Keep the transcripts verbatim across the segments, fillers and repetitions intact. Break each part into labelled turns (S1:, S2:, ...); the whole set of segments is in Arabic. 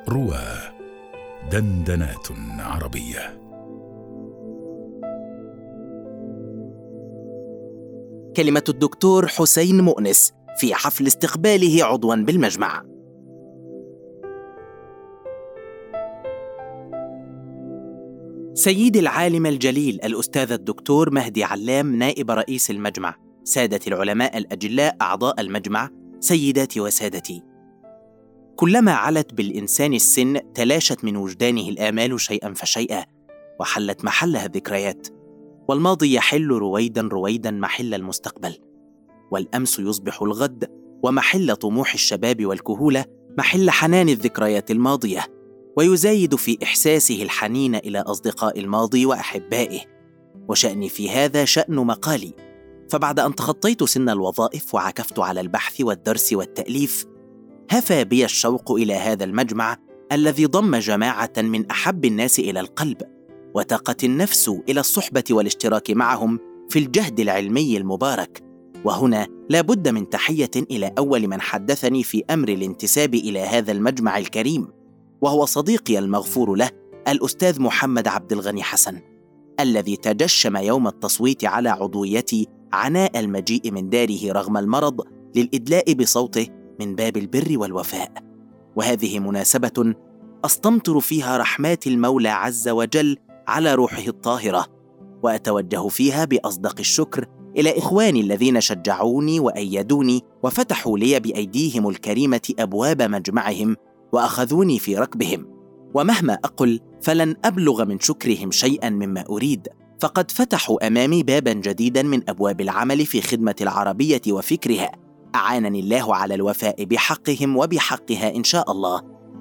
S1: روى دندنات عربية.
S2: كلمة الدكتور حسين مؤنس في حفل استقباله عضواً بالمجمع. سيدي العالم الجليل الأستاذ الدكتور مهدي علام نائب رئيس المجمع، سادة العلماء الأجلاء أعضاء المجمع، سيداتي وسادتي، كلما علت بالإنسان السن تلاشت من وجدانه الآمال شيئاً فشيئاً، وحلت محلها الذكريات، والماضي يحل رويداً رويداً محل المستقبل، والأمس يصبح الغد ومحل طموح الشباب والكهولة محل حنان الذكريات الماضية، ويزايد في إحساسه الحنين إلى أصدقاء الماضي وأحبائه. وشأني في هذا شأن مقالي، فبعد أن تخطيت سن الوظائف وعكفت على البحث والدرس والتأليف، هفى بي الشوق إلى هذا المجمع الذي ضم جماعة من أحب الناس إلى القلب، وتاقت النفس إلى الصحبة والاشتراك معهم في الجهد العلمي المبارك. وهنا لا بد من تحية إلى أول من حدثني في أمر الانتساب إلى هذا المجمع الكريم، وهو صديقي المغفور له الأستاذ محمد عبد الغني حسن، الذي تجشم يوم التصويت على عضويتي عناء المجيء من داره رغم المرض للإدلاء بصوته من باب البر والوفاء. وهذه مناسبة أستمطر فيها رحمات المولى عز وجل على روحه الطاهرة، وأتوجه فيها بأصدق الشكر إلى إخواني الذين شجعوني وأيدوني وفتحوا لي بأيديهم الكريمة أبواب مجمعهم وأخذوني في ركبهم. ومهما أقل فلن أبلغ من شكرهم شيئا مما أريد، فقد فتحوا أمامي بابا جديدا من أبواب العمل في خدمة العربية وفكرها، أعانني الله على الوفاء بحقهم وبحقها إن شاء الله.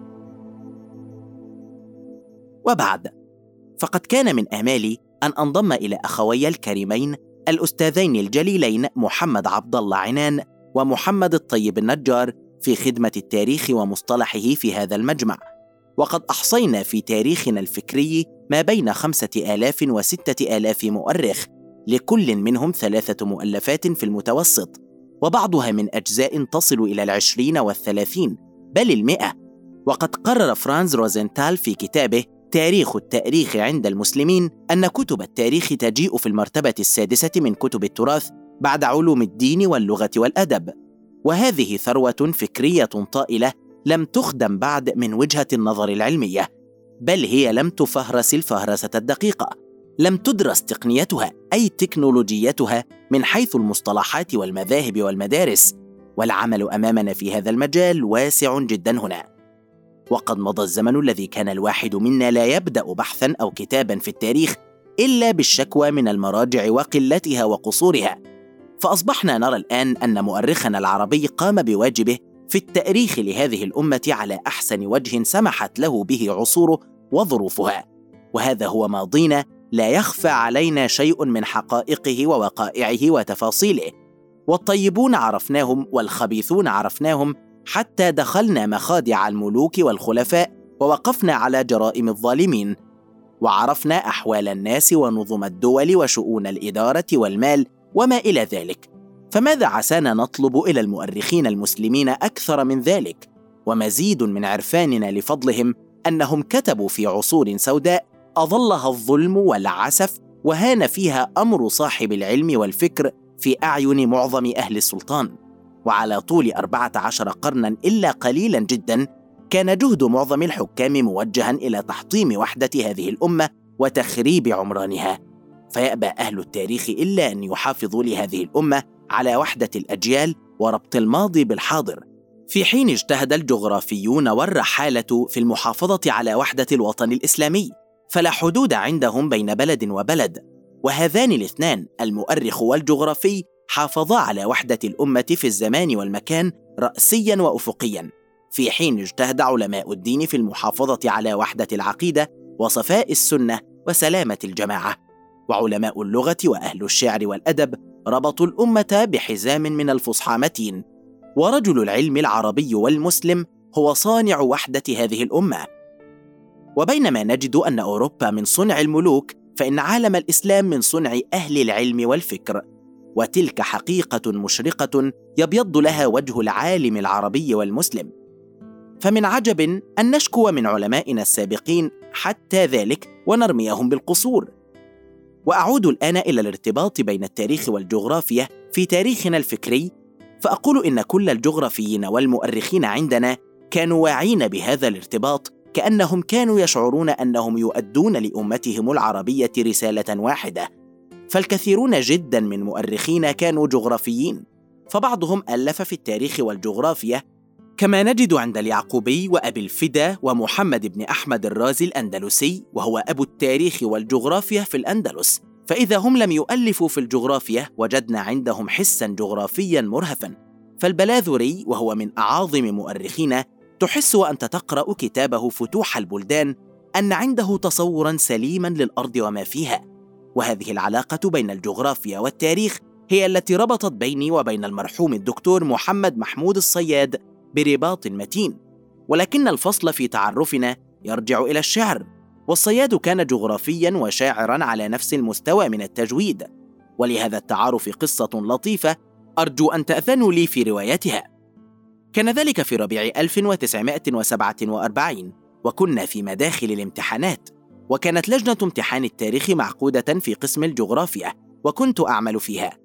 S2: وبعد، فقد كان من آمالي أن أنضم إلى أخوي الكريمين الأستاذين الجليلين محمد عبد الله عنان ومحمد الطيب النجار في خدمة التاريخ ومصطلحه في هذا المجمع. وقد أحصينا في تاريخنا الفكري ما بين خمسة آلاف وستة آلاف مؤرخ، لكل منهم ثلاثة مؤلفات في المتوسط، وبعضها من أجزاء تصل إلى العشرين والثلاثين بل المئة. وقد قرر فرانز روزنتال في كتابه تاريخ التاريخ عند المسلمين أن كتب التاريخ تجيء في المرتبة السادسة من كتب التراث بعد علوم الدين واللغة والأدب. وهذه ثروة فكرية طائلة لم تخدم بعد من وجهة النظر العلمية، بل هي لم تفهرس الفهرسة الدقيقة، لم تدرس تقنيتها أي تكنولوجيتها من حيث المصطلحات والمذاهب والمدارس. والعمل أمامنا في هذا المجال واسع جدا هنا. وقد مضى الزمن الذي كان الواحد منا لا يبدأ بحثا أو كتابا في التاريخ إلا بالشكوى من المراجع وقلتها وقصورها، فأصبحنا نرى الآن أن مؤرخنا العربي قام بواجبه في التأريخ لهذه الأمة على أحسن وجه سمحت له به عصوره وظروفها. وهذا هو ماضينا، لا يخفى علينا شيء من حقائقه ووقائعه وتفاصيله. والطيبون عرفناهم والخبيثون عرفناهم، حتى دخلنا مخادع الملوك والخلفاء ووقفنا على جرائم الظالمين، وعرفنا أحوال الناس ونظم الدول وشؤون الإدارة والمال وما إلى ذلك. فماذا عسانا نطلب إلى المؤرخين المسلمين أكثر من ذلك؟ ومزيد من عرفاننا لفضلهم أنهم كتبوا في عصور سوداء أظلها الظلم والعسف، وهان فيها أمر صاحب العلم والفكر في أعين معظم أهل السلطان. وعلى طول أربعة عشر قرنا إلا قليلا جدا كان جهد معظم الحكام موجها إلى تحطيم وحدة هذه الأمة وتخريب عمرانها، فيأبى أهل التاريخ إلا أن يحافظوا لهذه الأمة على وحدة الأجيال وربط الماضي بالحاضر، في حين اجتهد الجغرافيون والرحالة في المحافظة على وحدة الوطن الإسلامي، فلا حدود عندهم بين بلد وبلد. وهذان الاثنان المؤرخ والجغرافي حافظا على وحدة الأمة في الزمان والمكان رأسيا وأفقيا، في حين اجتهد علماء الدين في المحافظة على وحدة العقيدة وصفاء السنة وسلامة الجماعة. وعلماء اللغة وأهل الشعر والأدب ربطوا الأمة بحزام من الفصحى متين. ورجل العلم العربي والمسلم هو صانع وحدة هذه الأمة. وبينما نجد أن أوروبا من صنع الملوك، فإن عالم الإسلام من صنع أهل العلم والفكر، وتلك حقيقة مشرقة يبيض لها وجه العالم العربي والمسلم. فمن عجب أن نشكو من علمائنا السابقين حتى ذلك ونرميهم بالقصور. وأعود الآن إلى الارتباط بين التاريخ والجغرافيا في تاريخنا الفكري، فأقول إن كل الجغرافيين والمؤرخين عندنا كانوا واعين بهذا الارتباط، كأنهم كانوا يشعرون أنهم يؤدون لأمتهم العربية رسالة واحدة. فالكثيرون جدا من مؤرخين كانوا جغرافيين، فبعضهم ألف في التاريخ والجغرافيا، كما نجد عند اليعقوبي وأبي الفدا ومحمد بن أحمد الرازي الأندلسي، وهو أبو التاريخ والجغرافيا في الأندلس. فإذا هم لم يؤلفوا في الجغرافيا وجدنا عندهم حساً جغرافياً مرهفاً. فالبلاذري وهو من أعاظم مؤرخينا تحس وأنت تقرأ كتابه فتوح البلدان أن عنده تصوراً سليماً للأرض وما فيها. وهذه العلاقة بين الجغرافيا والتاريخ هي التي ربطت بيني وبين المرحوم الدكتور محمد محمود الصياد برباط متين. ولكن الفصل في تعرفنا يرجع إلى الشعر، والصياد كان جغرافياً وشاعراً على نفس المستوى من التجويد، ولهذا التعارف قصة لطيفة أرجو أن تأذنوا لي في روايتها. كان ذلك في ربيع ألف وتسعمائة وسبعة وأربعين، وكنا في مداخل الامتحانات، وكانت لجنة امتحان التاريخ معقودة في قسم الجغرافيا، وكنت أعمل فيها.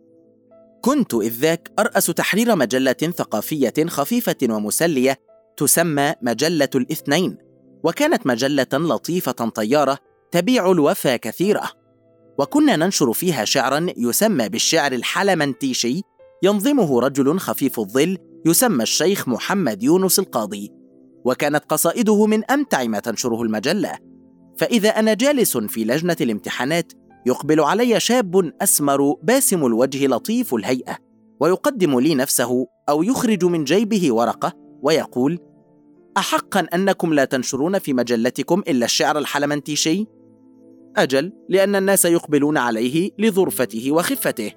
S2: كنت إذ ذاك أرأس تحرير مجلة ثقافية خفيفة ومسلية تسمى مجلة الاثنين، وكانت مجلة لطيفة طيارة تبيع الوفا كثيرة، وكنا ننشر فيها شعرا يسمى بالشعر الحلمنتيشي، ينظمه رجل خفيف الظل يسمى الشيخ محمد يونس القاضي، وكانت قصائده من أمتع ما تنشره المجلة. فإذا أنا جالس في لجنة الامتحانات يقبل علي شاب أسمر باسم الوجه لطيف الهيئة، ويقدم لي نفسه أو يخرج من جيبه ورقة ويقول: أحقا أنكم لا تنشرون في مجلتكم إلا الشعر الحلمنتيشي؟ أجل، لأن الناس يقبلون عليه لظرفته وخفته.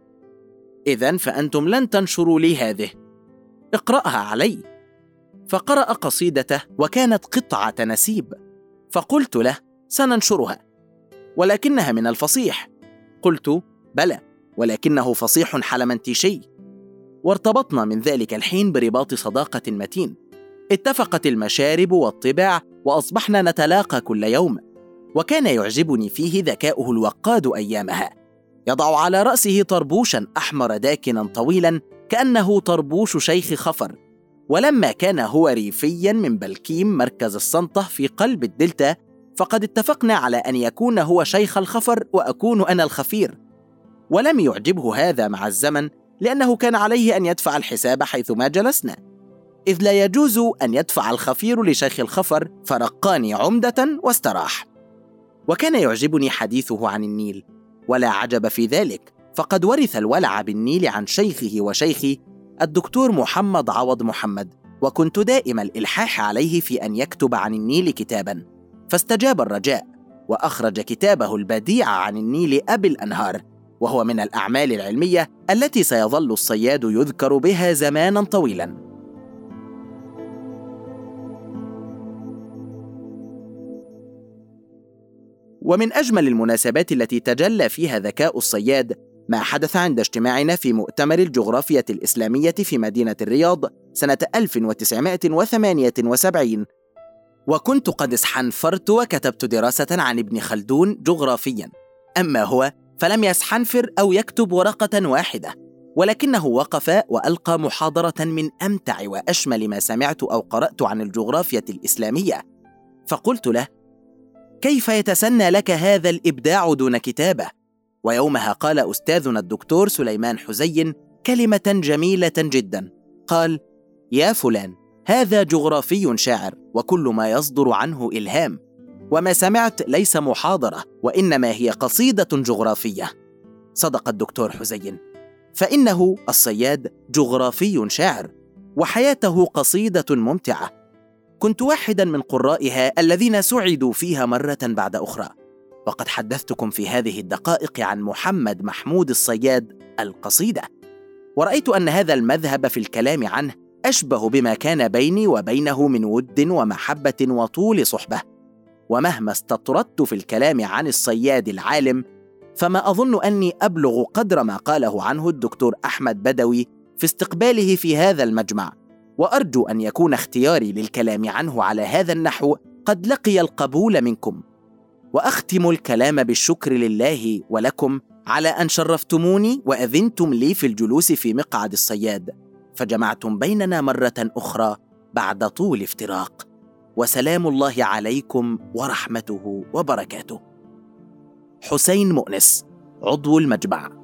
S2: إذن فأنتم لن تنشروا لي هذه، اقرأها علي. فقرأ قصيدته وكانت قطعة نسيب، فقلت له: سننشرها، ولكنها من الفصيح. قلت: بلى، ولكنه فصيح حلمنتيشي. وارتبطنا من ذلك الحين برباط صداقة متين، اتفقت المشارب والطباع وأصبحنا نتلاقى كل يوم. وكان يعجبني فيه ذكاؤه الوقاد أيامها، يضع على رأسه طربوشا أحمر داكنا طويلا كأنه طربوش شيخ خفر. ولما كان هو ريفيا من بلكيم مركز السنطة في قلب الدلتا، فقد اتفقنا على أن يكون هو شيخ الخفر وأكون أنا الخفير. ولم يعجبه هذا مع الزمن، لأنه كان عليه أن يدفع الحساب حيثما جلسنا، إذ لا يجوز أن يدفع الخفير لشيخ الخفر، فرقاني عمدة واستراح. وكان يعجبني حديثه عن النيل، ولا عجب في ذلك، فقد ورث الولع بالنيل عن شيخه وشيخي الدكتور محمد عوض محمد، وكنت دائم الإلحاح عليه في أن يكتب عن النيل كتاباً، فاستجاب الرجاء وأخرج كتابه البديع عن النيل أبي الأنهار، وهو من الأعمال العلمية التي سيظل الصياد يذكر بها زماناً طويلاً. ومن أجمل المناسبات التي تجلى فيها ذكاء الصياد ما حدث عند اجتماعنا في مؤتمر الجغرافيا الإسلامية في مدينة الرياض سنة ألف وتسعمائة وثمانية وسبعين. وكنت قد اسحنفرت وكتبت دراسة عن ابن خلدون جغرافيا، أما هو فلم يسحنفر أو يكتب ورقة واحدة، ولكنه وقف وألقى محاضرة من أمتع وأشمل ما سمعت أو قرأت عن الجغرافيا الإسلامية. فقلت له: كيف يتسنى لك هذا الإبداع دون كتابة؟ ويومها قال أستاذنا الدكتور سليمان حزين كلمة جميلة جدا، قال: يا فلان، هذا جغرافي شاعر، وكل ما يصدر عنه إلهام، وما سمعت ليس محاضرة، وإنما هي قصيدة جغرافية. صدق الدكتور حزين، فإنه الصياد جغرافي شاعر، وحياته قصيدة ممتعة. كنت واحدا من قرائها الذين سعدوا فيها مرة بعد أخرى. وقد حدثتكم في هذه الدقائق عن محمد محمود الصياد القصيدة، ورأيت أن هذا المذهب في الكلام عنه أشبه بما كان بيني وبينه من ود ومحبة وطول صحبة. ومهما استطردت في الكلام عن الصياد العالم، فما أظن أني أبلغ قدر ما قاله عنه الدكتور أحمد بدوي في استقباله في هذا المجمع، وأرجو أن يكون اختياري للكلام عنه على هذا النحو قد لقي القبول منكم. وأختم الكلام بالشكر لله ولكم على أن شرفتموني وأذنتم لي في الجلوس في مقعد الصياد، فجمعتم بيننا مرة أخرى بعد طول افتراق. وسلام الله عليكم ورحمته وبركاته. حسين مؤنس، عضو المجمع.